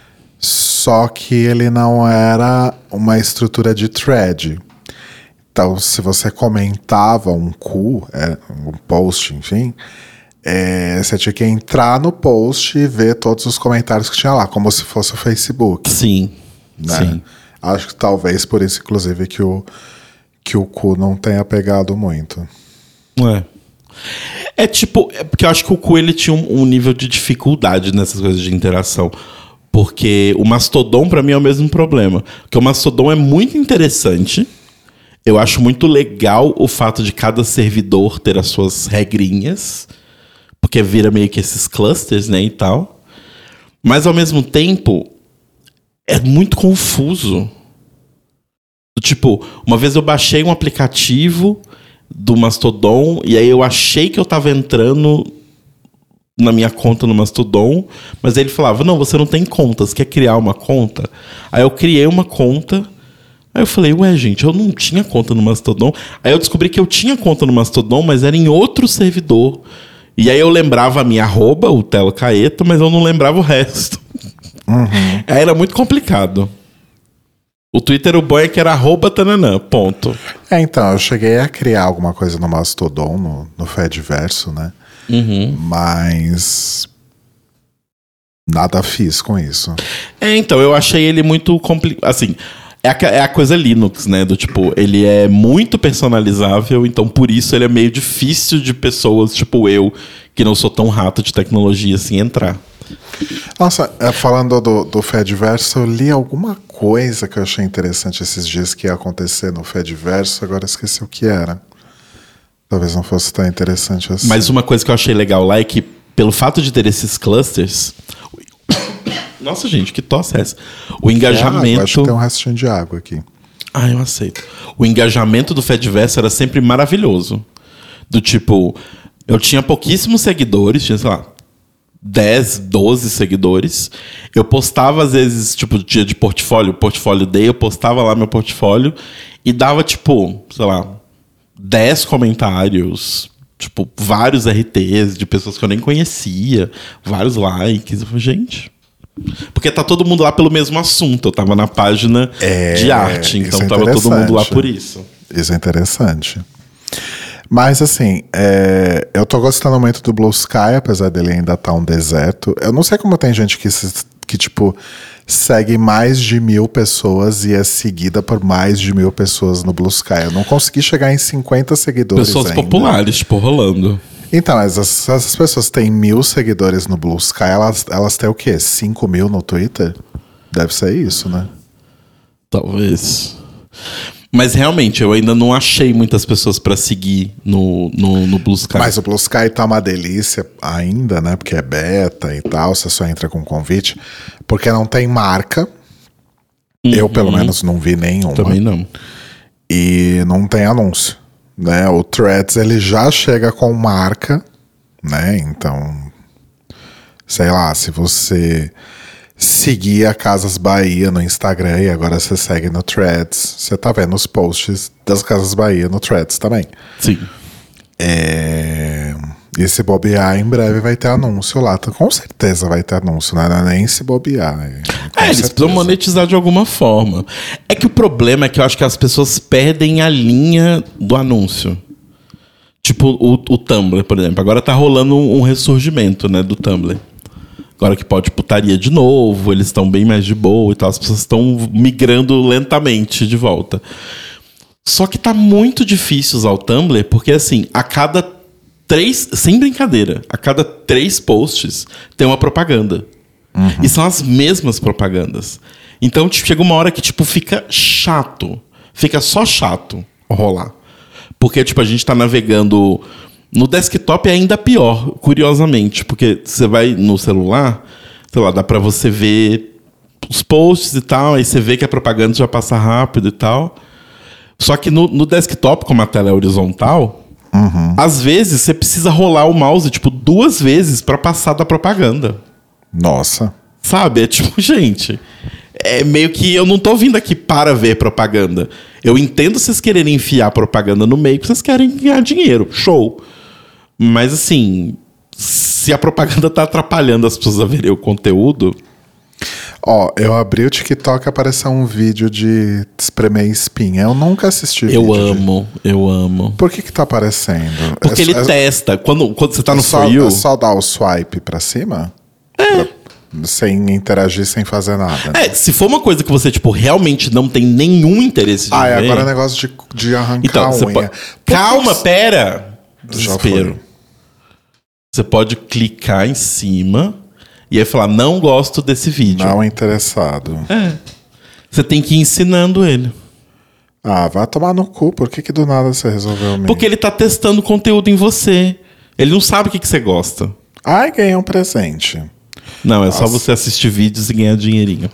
só que ele não era uma estrutura de thread. Então, se você comentava um Cu, é, um post, enfim, é, você tinha que entrar no post e ver todos os comentários que tinha lá, como se fosse o Facebook. Sim, né? sim. Acho que talvez por isso, inclusive, que o, que o Cu não tenha pegado muito. É. É tipo, é porque eu acho que o Cu ele tinha um, um nível de dificuldade nessas coisas de interação. Porque o Mastodon, pra mim, é o mesmo problema. Porque o Mastodon é muito interessante. Eu acho muito legal o fato de cada servidor ter as suas regrinhas. Porque vira meio que esses clusters, né, e tal. Mas, ao mesmo tempo, é muito confuso. Tipo, uma vez eu baixei um aplicativo do Mastodon, e aí eu achei que eu tava entrando na minha conta no Mastodon, mas aí ele falava, não, você não tem conta, você quer criar uma conta? Aí eu criei uma conta, aí eu falei, ué, gente, eu não tinha conta no Mastodon. Aí eu descobri que eu tinha conta no Mastodon, mas era em outro servidor. E aí eu lembrava a minha arroba, o Telo Caeto, mas eu não lembrava o resto. Uhum. Aí era muito complicado. O Twitter, o bom é que era arroba tananã, ponto. É, então, eu cheguei a criar alguma coisa no Mastodon, no, no Fediverso, né? Uhum. Mas nada fiz com isso. É, então, eu achei ele muito complicado. Assim, é a, é a coisa Linux, né? Do tipo, ele é muito personalizável, então por isso ele é meio difícil de pessoas, tipo eu, que não sou tão rato de tecnologia, assim, entrar. Nossa, falando do, do Fediverso, eu li alguma coisa que eu achei interessante esses dias que ia acontecer no Fediverso, agora esqueci o que era. Talvez não fosse tão interessante assim. Mas uma coisa que eu achei legal lá é que, pelo fato de ter esses clusters... Nossa, gente, que tosse é essa? O engajamento... Ah, acho que tem um restinho de água aqui. Ah, eu aceito. O engajamento do Fediverso era sempre maravilhoso. Do tipo... Eu tinha pouquíssimos seguidores, tinha, sei lá, dez, doze seguidores. Eu postava, às vezes, tipo, dia de portfólio, portfólio day, eu postava lá meu portfólio e dava, tipo, sei lá, dez comentários, tipo, vários R Ts de pessoas que eu nem conhecia, vários likes. Eu falei, gente... Porque tá todo mundo lá pelo mesmo assunto. Eu tava na página É, de arte, então isso é tava todo mundo lá interessante. por isso. Isso é interessante. Mas assim, é, eu tô gostando muito do Blue Sky, apesar dele ainda estar um deserto. Eu não sei como tem gente que, se- que tipo, segue mais de mil pessoas e é seguida por mais de mil pessoas no Blue Sky. Eu não consegui chegar em cinquenta seguidores Pessoas ainda. populares, tipo, rolando. Então, essas, essas pessoas têm mil seguidores no Blue Sky, elas, elas têm o quê? cinco mil no Twitter? Deve ser isso, né? Talvez. Mas realmente, eu ainda não achei muitas pessoas pra seguir no, no, no Blue Sky. Mas o Blue Sky tá uma delícia ainda, né? Porque é beta e tal, você só entra com convite. Porque não tem marca. Eu, pelo menos, não vi nenhuma. Também não. E não tem anúncio, né? O Threads, ele já chega com marca, né? Então, sei lá, se você seguir a Casas Bahia no Instagram e agora você segue no Threads, você tá vendo os posts das Casas Bahia no Threads também. Sim. É... E se bobear, em breve vai ter anúncio lá. Com certeza vai ter anúncio, né? Não é nem se bobear. É, com É, eles certeza. precisam monetizar de alguma forma. É que o problema é que eu acho que as pessoas perdem a linha do anúncio. Tipo o, o Tumblr, por exemplo. Agora tá rolando um, um ressurgimento, né, do Tumblr. Agora que pode putaria de novo, eles estão bem mais de boa e tal. As pessoas estão migrando lentamente de volta. Só que tá muito difícil usar o Tumblr, porque assim, a cada três, sem brincadeira, a cada três posts tem uma propaganda. Uhum. E são as mesmas propagandas. Então tipo, chega uma hora que tipo, fica chato. Fica só chato rolar. Porque tipo, a gente tá navegando... No desktop é ainda pior, curiosamente. Porque você vai no celular, sei lá, dá pra você ver os posts e tal, aí você vê que a propaganda já passa rápido e tal. Só que no, no desktop, como a tela é horizontal... Uhum. Às vezes você precisa rolar o mouse tipo duas vezes pra passar da propaganda. Nossa. Sabe? É tipo, gente, é meio que eu não tô vindo aqui para ver propaganda. Eu entendo vocês quererem enfiar propaganda no meio, porque vocês querem ganhar dinheiro. Show. Mas assim, se a propaganda tá atrapalhando as pessoas a verem o conteúdo... Ó, eu abri o TikTok e apareceu um vídeo de espremer espinha. Eu nunca assisti Eu vídeo amo, de... eu amo. Por que que tá aparecendo? Porque é, ele é, testa. Quando, quando você tá é no só, For You... é só dar o swipe pra cima? É. Pra, sem interagir, sem fazer nada. Né? É, se for uma coisa que você, tipo, realmente não tem nenhum interesse de ah, ver... e agora é negócio de, de arrancar então, a você unha. pode... Por Calma, que... pera! Já Desespero. foi. Você pode clicar em cima e aí falar, não gosto desse vídeo. Não interessado. É. Você tem que ir ensinando ele. Ah, vai tomar no cu. Por que que do nada você resolveu mesmo? Porque ele tá testando conteúdo em você. Ele não sabe o que, que você gosta. Ai, ganhei um presente. Não, é Nossa. só você assistir vídeos e ganhar dinheirinho.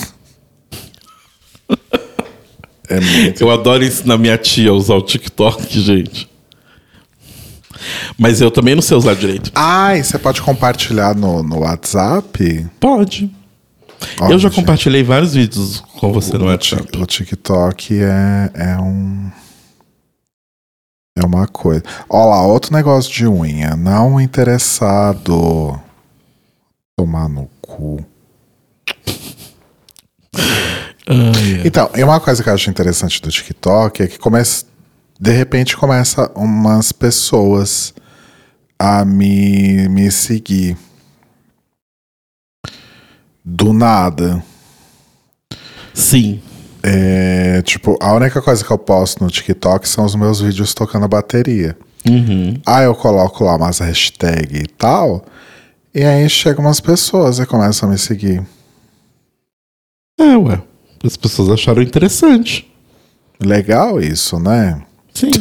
É muito... Eu adoro ensinar minha tia a usar o TikTok, gente. Mas eu também não sei usar direito. Ai, você pode compartilhar no, no WhatsApp? Pode. Olha, eu já gente, compartilhei vários vídeos com você no o, WhatsApp. o TikTok é, é um... É uma coisa. Olha lá, outro negócio de unha. Não interessado. Tomar no cu. Ai, é. Então, e uma coisa que eu acho interessante do TikTok é que começa, de repente começa umas pessoas a me, me seguir. Do nada. Sim. É, tipo, a única coisa que eu posto no TikTok são os meus vídeos tocando bateria. Uhum. Aí eu coloco lá umas hashtags e tal, e aí chegam umas pessoas e começam a me seguir. É, ué. As pessoas acharam interessante. Legal isso, né? Sim.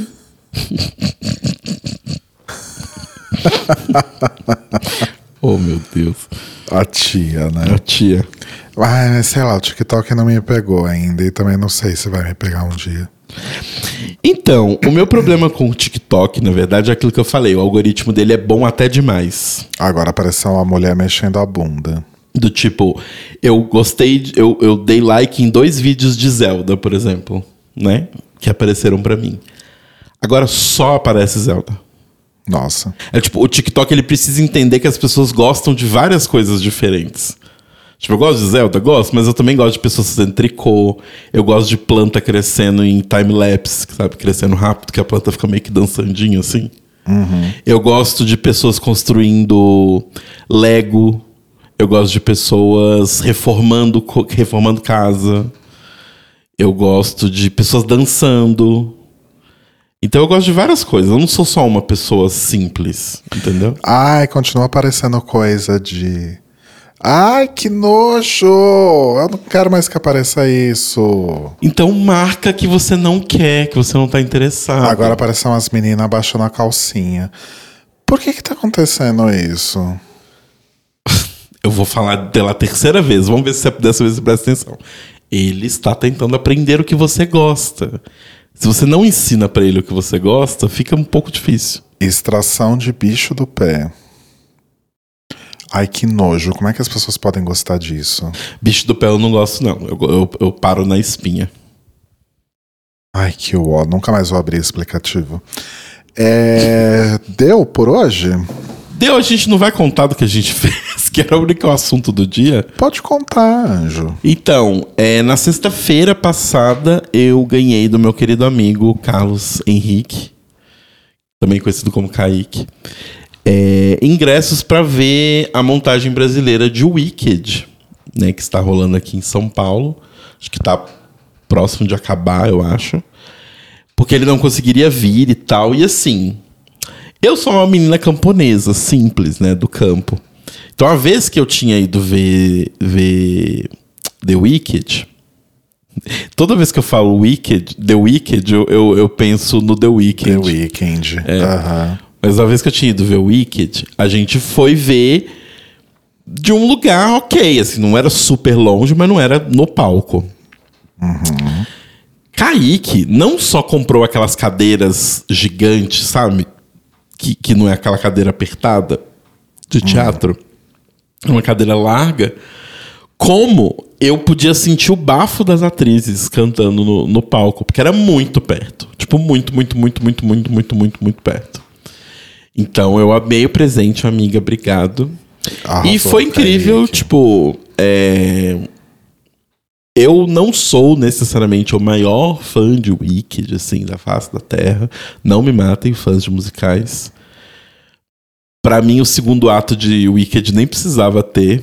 Oh, meu Deus. A tia, né? A tia. Ah, sei lá, o TikTok não me pegou ainda. E também não sei se vai me pegar um dia. Então, o meu problema com o TikTok, na verdade, é aquilo que eu falei. O algoritmo dele é bom até demais. Agora apareceu uma mulher mexendo a bunda. Do tipo, eu gostei, de, eu, eu dei like em dois vídeos de Zelda, por exemplo, né? Que apareceram pra mim. Agora só aparece Zelda. Nossa. É tipo, o TikTok ele precisa entender que as pessoas gostam de várias coisas diferentes. Tipo, eu gosto de Zelda, gosto, mas eu também gosto de pessoas fazendo tricô. Eu gosto de planta crescendo em time-lapse, sabe? Crescendo rápido, que a planta fica meio que dançandinha, assim. Uhum. Eu gosto de pessoas construindo Lego. Eu gosto de pessoas reformando, reformando casa. Eu gosto de pessoas dançando. Então eu gosto de várias coisas. Eu não sou só uma pessoa simples, entendeu? Ai, continua aparecendo coisa de... Ai, que nojo! Eu não quero mais que apareça isso. Então marca que você não quer, que você não tá interessado. Agora aparecem umas meninas abaixando a calcinha. Por que que tá acontecendo isso? Eu vou falar pela terceira vez. Vamos ver se dessa vez você presta atenção. Ele está tentando aprender o que você gosta. Se você não ensina pra ele o que você gosta, fica um pouco difícil. Extração de bicho do pé. Ai, que nojo. Como é que as pessoas podem gostar disso? Bicho do pé eu não gosto, não. Eu, eu, eu paro na espinha. Ai, que ó. Nunca mais vou abrir explicativo. É... Deu por hoje? Deu, a gente não vai contar do que a gente fez, que era o único assunto do dia. Pode contar, Anjo. Então, é, na sexta-feira passada, eu ganhei do meu querido amigo Carlos Henrique, também conhecido como Kaique, é, ingressos para ver a montagem brasileira de Wicked, né, que está rolando aqui em São Paulo. Acho que está próximo de acabar, eu acho. Porque ele não conseguiria vir e tal, e assim... Eu sou uma menina camponesa, simples, né, do campo. Então, a vez que eu tinha ido ver, ver The Wicked, toda vez que eu falo Wicked, The Wicked, eu, eu, eu penso no The Weeknd. The Weeknd. É. Uhum. Mas a vez que eu tinha ido ver Wicked, a gente foi ver de um lugar ok, assim, não era super longe, mas não era no palco. Uhum. Kaique não só comprou aquelas cadeiras gigantes, sabe? Que, que não é aquela cadeira apertada de teatro, uhum. Uma cadeira larga, como eu podia sentir o bafo das atrizes cantando no, no palco, porque era muito perto. Tipo, muito, muito, muito, muito, muito, muito, muito, muito perto. Então, eu amei o presente, amiga, obrigado. Ah, e foi incrível, Kaique. Tipo... É... Eu não sou necessariamente o maior fã de Wicked, assim, da face da Terra. Não me matem, fãs de musicais. Pra mim, o segundo ato de Wicked nem precisava ter.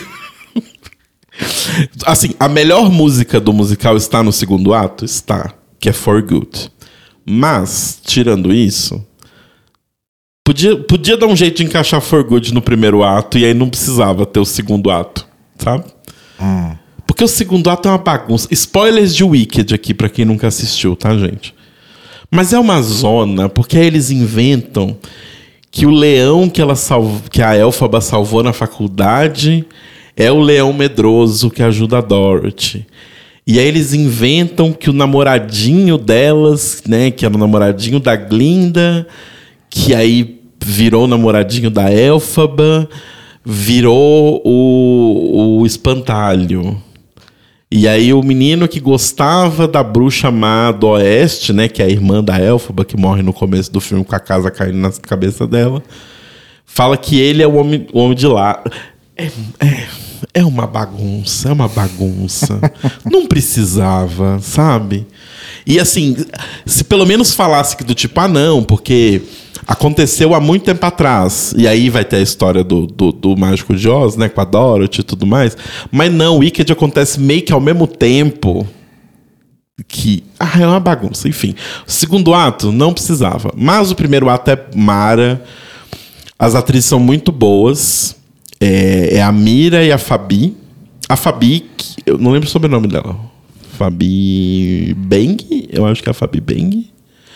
Assim, a melhor música do musical está no segundo ato? Está. Que é For Good. Mas, tirando isso... Podia, podia dar um jeito de encaixar For Good no primeiro ato e aí não precisava ter o segundo ato, sabe? Hum. Porque o segundo ato é uma bagunça. Spoilers de Wicked aqui, pra quem nunca assistiu, tá, gente? Mas é uma zona, porque aí eles inventam que o leão que, ela salv... que a Elphaba salvou na faculdade é o leão medroso que ajuda a Dorothy. E aí eles inventam que o namoradinho delas, né, que era o namoradinho da Glinda, que aí virou o namoradinho da Elphaba, virou o, o espantalho. E aí o menino que gostava da bruxa má do Oeste, né, que é a irmã da Elphaba, que morre no começo do filme com a casa caindo na cabeça dela, fala que ele é o homem, o homem de lá. É, é, é uma bagunça, é uma bagunça. Não precisava, sabe? E assim, se pelo menos falasse que do tipo, ah não, porque aconteceu há muito tempo atrás. E aí vai ter a história do, do, do Mágico de Oz, né? Com a Dorothy e tudo mais. Mas não, o Wicked acontece meio que ao mesmo tempo. Que... Ah, é uma bagunça. Enfim, o segundo ato não precisava. Mas o primeiro ato é mara. As atrizes são muito boas. É, é a Mira e a Fabi. A Fabi, eu não lembro sobre o sobrenome dela. Fabi Beng? Eu acho que é a Fabi Beng.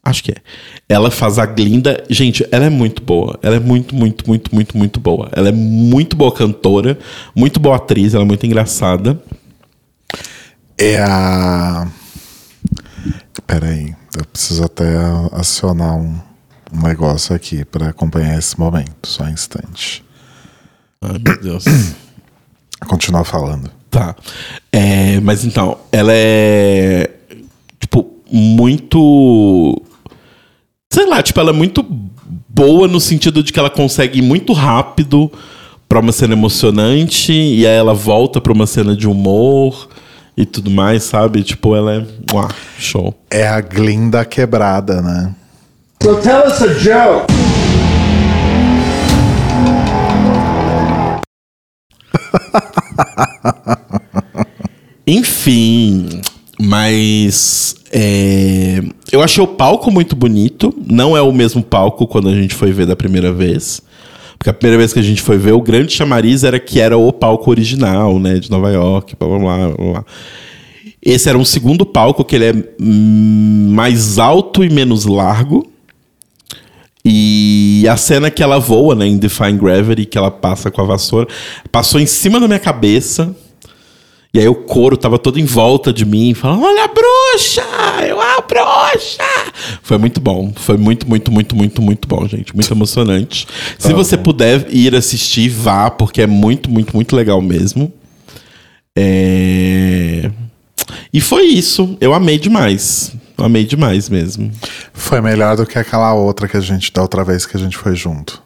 Acho que é. Ela faz a Glinda. Gente, ela é muito boa. Ela é muito, muito, muito, muito, muito boa. Ela é muito boa cantora, muito boa atriz, ela é muito engraçada. É a... Peraí, eu preciso até acionar um, um negócio aqui para acompanhar esse momento, só um instante. Ai, meu Deus. Continua falando. Tá. É, mas então, ela é... Tipo, muito... Sei lá, tipo, ela é muito boa no sentido de que ela consegue ir muito rápido pra uma cena emocionante e aí ela volta pra uma cena de humor e tudo mais, sabe? Tipo, ela é... Uau, show. É a Glinda quebrada, né? So tell us a joke. Enfim, mas é, eu achei o palco muito bonito. Não é o mesmo palco quando a gente foi ver da primeira vez. Porque a primeira vez que a gente foi ver, o grande chamariz era que era o palco original, né? De Nova York, blá, blá, blá, blá. Esse era um segundo palco, que ele é hum, mais alto e menos largo. E a cena que ela voa, né, em Defying Gravity, que ela passa com a vassoura, passou em cima da minha cabeça. E aí o coro tava todo em volta de mim, falando, olha a bruxa! Eu, a bruxa! Foi muito bom. Foi muito, muito, muito, muito, muito bom, gente. Muito emocionante. Se você puder ir assistir, vá, porque é muito, muito, muito legal mesmo. É... E foi isso. Eu amei demais. Eu amei demais mesmo. Foi melhor do que aquela outra que a gente, da outra vez que a gente foi junto.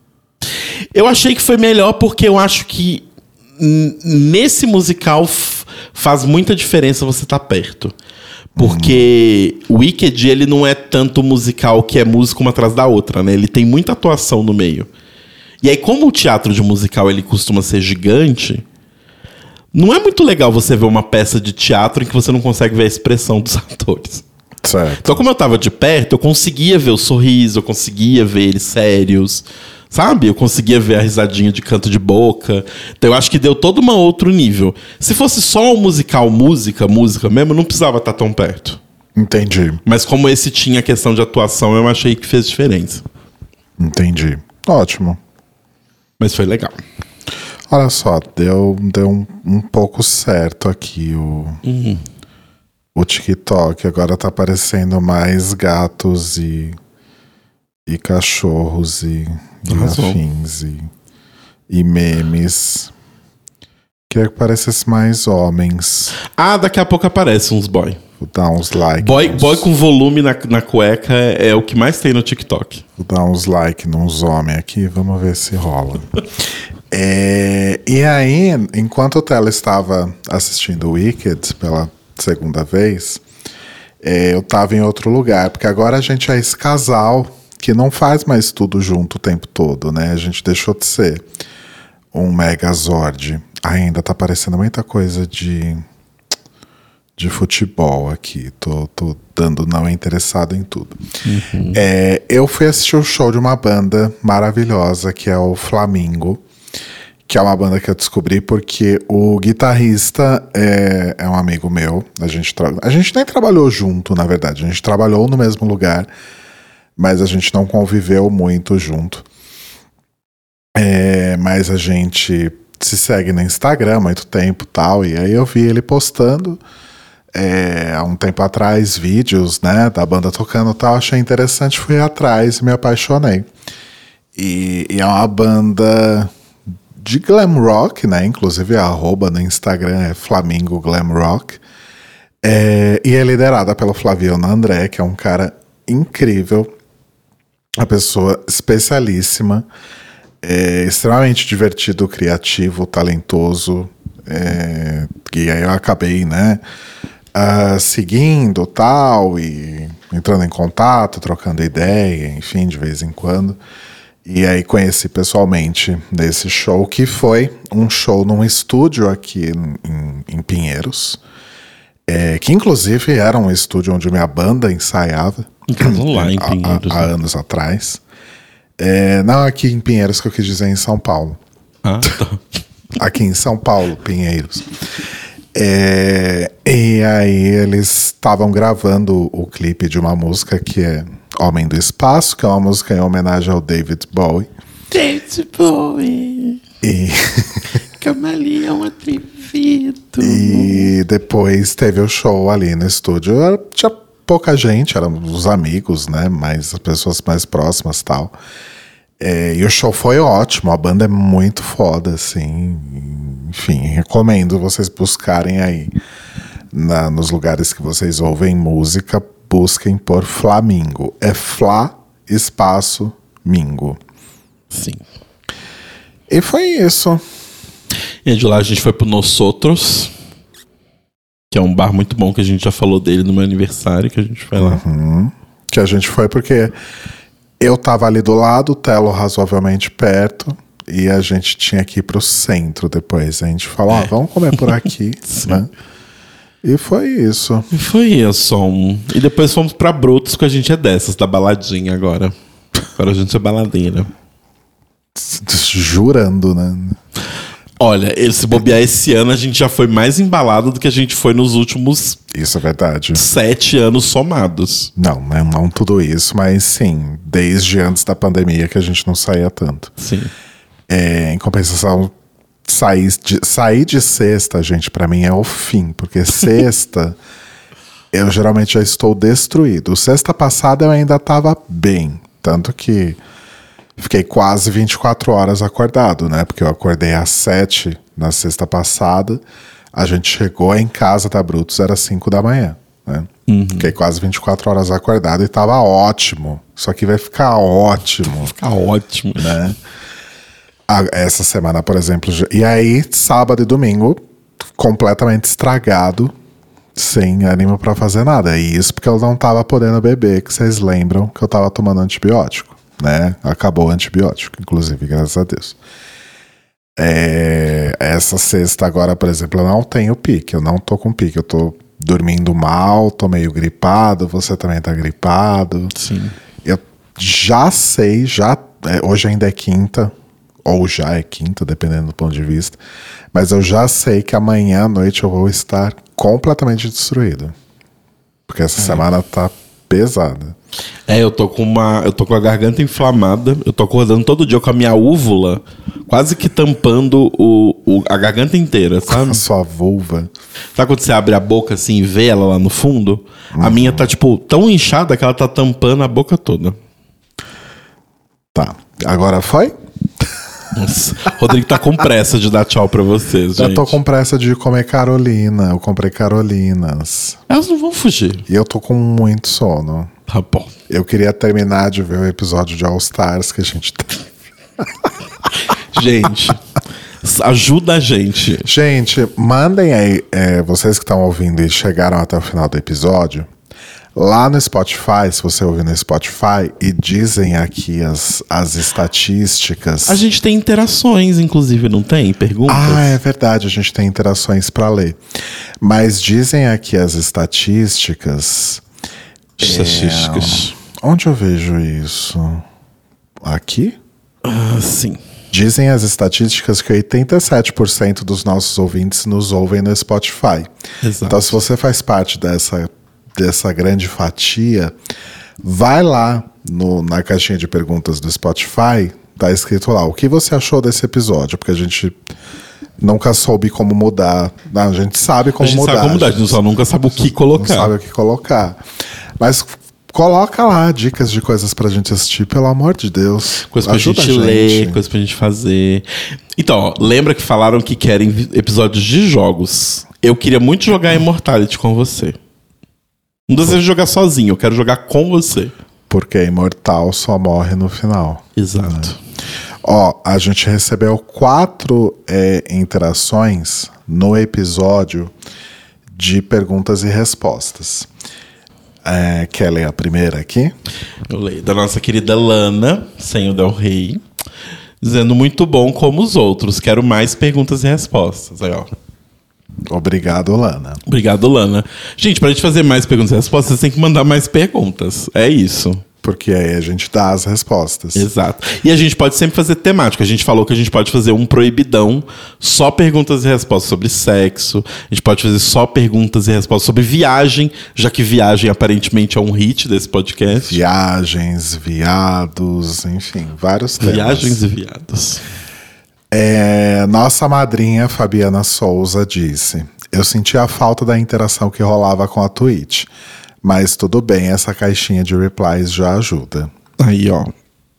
Eu achei que foi melhor porque eu acho que n- nesse musical f- faz muita diferença você estar perto. Porque o Wicked, ele não é tanto musical que é música uma atrás da outra, né? Ele tem muita atuação no meio. E aí, como o teatro de musical ele costuma ser gigante, não é muito legal você ver uma peça de teatro em que você não consegue ver a expressão dos atores. Certo. Então, como eu tava de perto, eu conseguia ver o sorriso, eu conseguia ver eles sérios, sabe? Eu conseguia ver a risadinha de canto de boca. Então, eu acho que deu todo um outro nível. Se fosse só um musical, música, música mesmo, não precisava estar tão perto. Entendi. Mas como esse tinha questão de atuação, eu achei que fez diferença. Entendi. Ótimo. Mas foi legal. Olha só, deu, deu um, um pouco certo aqui o, Uhum. o TikTok. Agora tá aparecendo mais gatos e, e cachorros e, e Arrasou. afins e, e memes. Queria que parecesse mais homens. Ah, daqui a pouco aparece uns boy. Vou dar uns likes. Boy, boy com volume na, na cueca é, é o que mais tem no TikTok. Vou dar uns likes nos homens aqui, vamos ver se rola. É, e aí, enquanto o Tela estava assistindo Wicked pela segunda vez, é, eu estava em outro lugar, porque agora a gente é esse casal que não faz mais tudo junto o tempo todo, né? A gente deixou de ser um Megazord. Ainda tá aparecendo muita coisa de, de futebol aqui. Tô, tô dando não interessado em tudo. Uhum. É, eu fui assistir o show de uma banda maravilhosa, que é o Flamingo, que é uma banda que eu descobri porque o guitarrista é, é um amigo meu. A gente, tra- a gente nem trabalhou junto, na verdade. A gente trabalhou no mesmo lugar, mas a gente não conviveu muito junto. É, mas a gente se segue no Instagram há muito tempo e tal, e aí eu vi ele postando é, há um tempo atrás vídeos, né, da banda tocando e tal, achei interessante, fui atrás e me apaixonei. E, e é uma banda de glam rock, né, inclusive a arroba no Instagram é Flamingo Glam Rock, é, e é liderada pelo Flaviano André, que é um cara incrível, uma pessoa especialíssima, é extremamente divertido, criativo, talentoso, é, e aí eu acabei, né, uh, seguindo tal, e entrando em contato, trocando ideia, enfim, de vez em quando, e aí conheci pessoalmente nesse show, que foi um show num estúdio aqui em, em Pinheiros, é, que inclusive era um estúdio onde minha banda ensaiava, lá em Pinheiros, há, há né? anos atrás. É, não aqui em Pinheiros, que eu quis dizer em São Paulo. Ah, tá. Aqui em São Paulo, Pinheiros. É, e aí eles estavam gravando o clipe de uma música que é Homem do Espaço, que é uma música em homenagem ao David Bowie. David Bowie. E, Camaleão atrevido. e depois teve o show ali no estúdio. Era- Tinha pouca gente, eram os amigos, né? Mas as pessoas mais próximas e tal. É, e o show foi ótimo, a banda é muito foda, assim. Enfim, recomendo vocês buscarem aí na- nos lugares que vocês ouvem música, busquem por Flamingo. É Fla espaço Mingo. Sim. E foi isso. E de lá a gente foi pro Nós Outros, que é um bar muito bom que a gente já falou dele no meu aniversário, que a gente foi lá. Que a gente foi porque eu tava ali do lado, o Telo razoavelmente perto, e a gente tinha que ir pro centro depois. A gente falou, ah, vamos comer por aqui, né? E foi isso. E foi isso. um- E depois fomos pra Brutus, que a gente é dessas, da baladinha agora. Agora a gente é baladeira. Jurando, né? Olha, ele se bobear esse ano, a gente já foi mais embalado do que a gente foi nos últimos Isso é verdade. sete anos somados. Não, né, não tudo isso, mas sim, desde antes da pandemia que a gente não saía tanto. Sim. É, em compensação, sair de, sair de sexta, gente, pra mim é o fim, porque sexta eu geralmente já estou destruído. Sexta passada eu ainda tava bem, tanto que fiquei quase vinte e quatro horas acordado, né? Porque eu acordei às sete na sexta passada, a gente chegou em casa da Brutus, era cinco da manhã, né? Fiquei quase vinte e quatro horas acordado e tava ótimo. Isso aqui vai ficar ótimo, Fica ótimo. né? A- Essa semana, por exemplo. já- E aí, sábado e domingo, completamente estragado, sem ânimo pra fazer nada. E isso porque eu não tava podendo beber, que vocês lembram que eu tava tomando antibiótico, né? Acabou o antibiótico, inclusive, graças a Deus. É, essa sexta agora, por exemplo, eu não tenho pique, eu não tô com pique, eu tô dormindo mal, tô meio gripado, você também tá gripado. Sim. Eu já sei, já é, hoje ainda é quinta, ou já é quinta, dependendo do ponto de vista, mas eu já sei que amanhã à noite eu vou estar completamente destruído. Porque essa semana tá pesada. É, eu tô com uma. Eu tô com a garganta inflamada. Eu tô acordando todo dia com a minha úvula quase que tampando o, o- a garganta inteira, A sabe? sua vulva. Sabe quando você abre a boca assim e vê ela lá no fundo? A minha tá, tipo, tão inchada que ela tá tampando a boca toda. Tá. Agora foi? Nossa. Rodrigo tá com pressa de dar tchau pra vocês, Já gente. tô com pressa de comer Carolina. Eu comprei Carolinas. Elas não vão fugir. E eu tô com muito sono. Tá bom. Eu queria terminar de ver o episódio de All Stars que a gente tá. Gente, ajuda a gente. Gente, mandem aí, é, vocês que estão ouvindo e chegaram até o final do episódio, lá no Spotify, se você ouvir no Spotify, e dizem aqui as, as estatísticas. A gente tem interações, inclusive, não tem? Perguntas? Ah, é verdade, a gente tem interações para ler. Mas dizem aqui as estatísticas. Estatísticas. Onde eu vejo isso? Aqui? Ah, sim. Dizem as estatísticas que oitenta e sete por cento dos nossos ouvintes nos ouvem no Spotify. Exato. Então, se você faz parte dessa, dessa grande fatia, vai lá no- na caixinha de perguntas do Spotify, tá escrito lá, o que você achou desse episódio? Porque a gente nunca soube como mudar. Não, a gente sabe como A gente mudar. sabe como mudar, a gente só nunca sabe o que não colocar. sabe o que colocar. Mas coloca lá dicas de coisas pra gente assistir, pelo amor de Deus. Coisa pra Ajuda gente a ler, coisa pra gente fazer. Então, ó, lembra que falaram que querem vi- episódios de jogos. Eu queria muito jogar Immortality com você. Não desejo jogar sozinho, eu quero jogar com você. Porque imortal só morre no final. Exato. Ó, a gente recebeu quatro é, interações no episódio de perguntas e respostas. É, quer ler a primeira aqui? Eu leio. Da nossa querida Lana, sem o Del Rey, dizendo muito bom como os outros. Quero mais perguntas e respostas. Aí, ó. Obrigado, Lana. Obrigado, Lana. Gente, pra gente fazer mais perguntas e respostas, você tem que mandar mais perguntas. É isso. porque aí a gente dá as respostas. Exato. E a gente pode sempre fazer temático. A gente falou que a gente pode fazer um proibidão, só perguntas e respostas sobre sexo. A gente pode fazer só perguntas e respostas sobre viagem, já que viagem aparentemente é um hit desse podcast. Viagens, viados, enfim, vários temas. Viagens e viados. É, nossa madrinha Fabiana Souza disse: eu senti a falta da interação que rolava com a Twitch, mas tudo bem, essa caixinha de replies já ajuda. Aí, ó.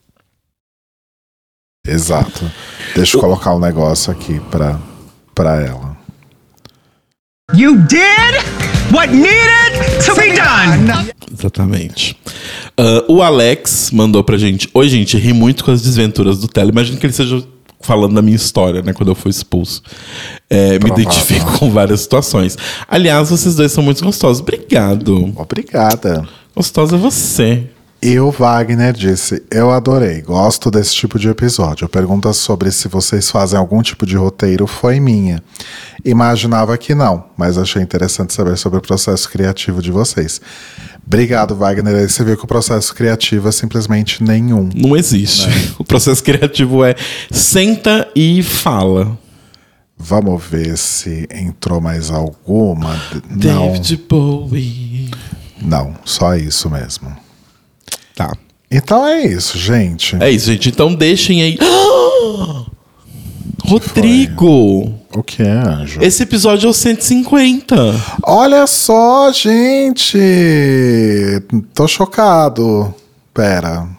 Exato. Deixa eu colocar um negócio aqui pra, pra ela. You did what needed to be done. Exatamente. Uh, o Alex mandou pra gente: oi, gente, ri muito com as desventuras do Tele. Imagino que ele seja falando da minha história, né? Quando eu fui expulso. É, me identifico com várias situações. Aliás, vocês dois são muito gostosos. Obrigado. Obrigada. Gostosa é você. E o Wagner disse: eu adorei, gosto desse tipo de episódio. A pergunta sobre se vocês fazem algum tipo de roteiro foi minha. Imaginava que não, mas achei interessante saber sobre o processo criativo de vocês. Obrigado, Wagner. Aí você viu que o processo criativo é simplesmente nenhum. Não existe. Né? O processo criativo é senta e fala. Vamos ver se entrou mais alguma. David Bowie. Não, só isso mesmo. Tá. Então é isso, gente. É isso, gente. Então deixem aí. Ah! Rodrigo! Foi. O que é, Anjo? Esse episódio é o cento e cinquenta. Olha só, gente! Tô chocado. Pera.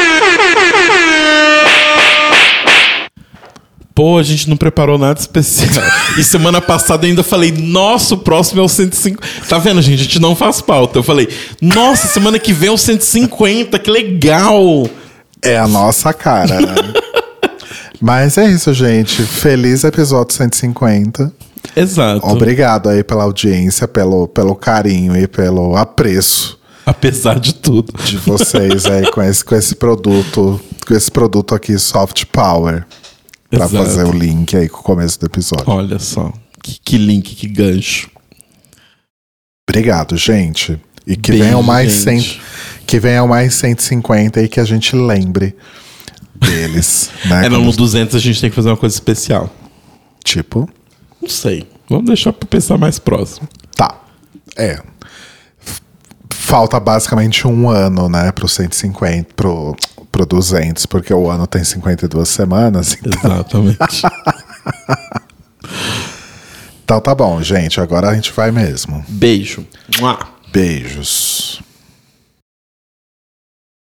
Pô, a gente não preparou nada especial. E semana passada eu ainda falei, nossa, o próximo é o cento e cinquenta. Tá vendo, gente? A gente não faz pauta. Eu falei, nossa, semana que vem é o cento e cinquenta, que legal! É a nossa cara, né? Mas é isso, gente. Feliz episódio cento e cinquenta. Exato. Obrigado aí pela audiência, pelo, pelo carinho e pelo apreço. Apesar de tudo. De vocês aí com esse, com esse produto, com esse produto aqui, Soft Power. Pra Exato. fazer o link aí com o começo do episódio. Olha só. Que, que link, que gancho. Obrigado, gente. E que Beijo, venham mais gente. cem, que venham mais cento e cinquenta e que a gente lembre deles. Né? É, não, Como- no duzentos a gente tem que fazer uma coisa especial. Tipo, Não sei. Vamos deixar pra pensar mais próximo. tá. É. F- Falta basicamente um ano, né, pro cento e cinquenta, pro, pro duzentos, porque o ano tem cinquenta e duas semanas. Então, Exatamente. então tá bom, gente. Agora a gente vai mesmo. Beijo. Mua. Beijos.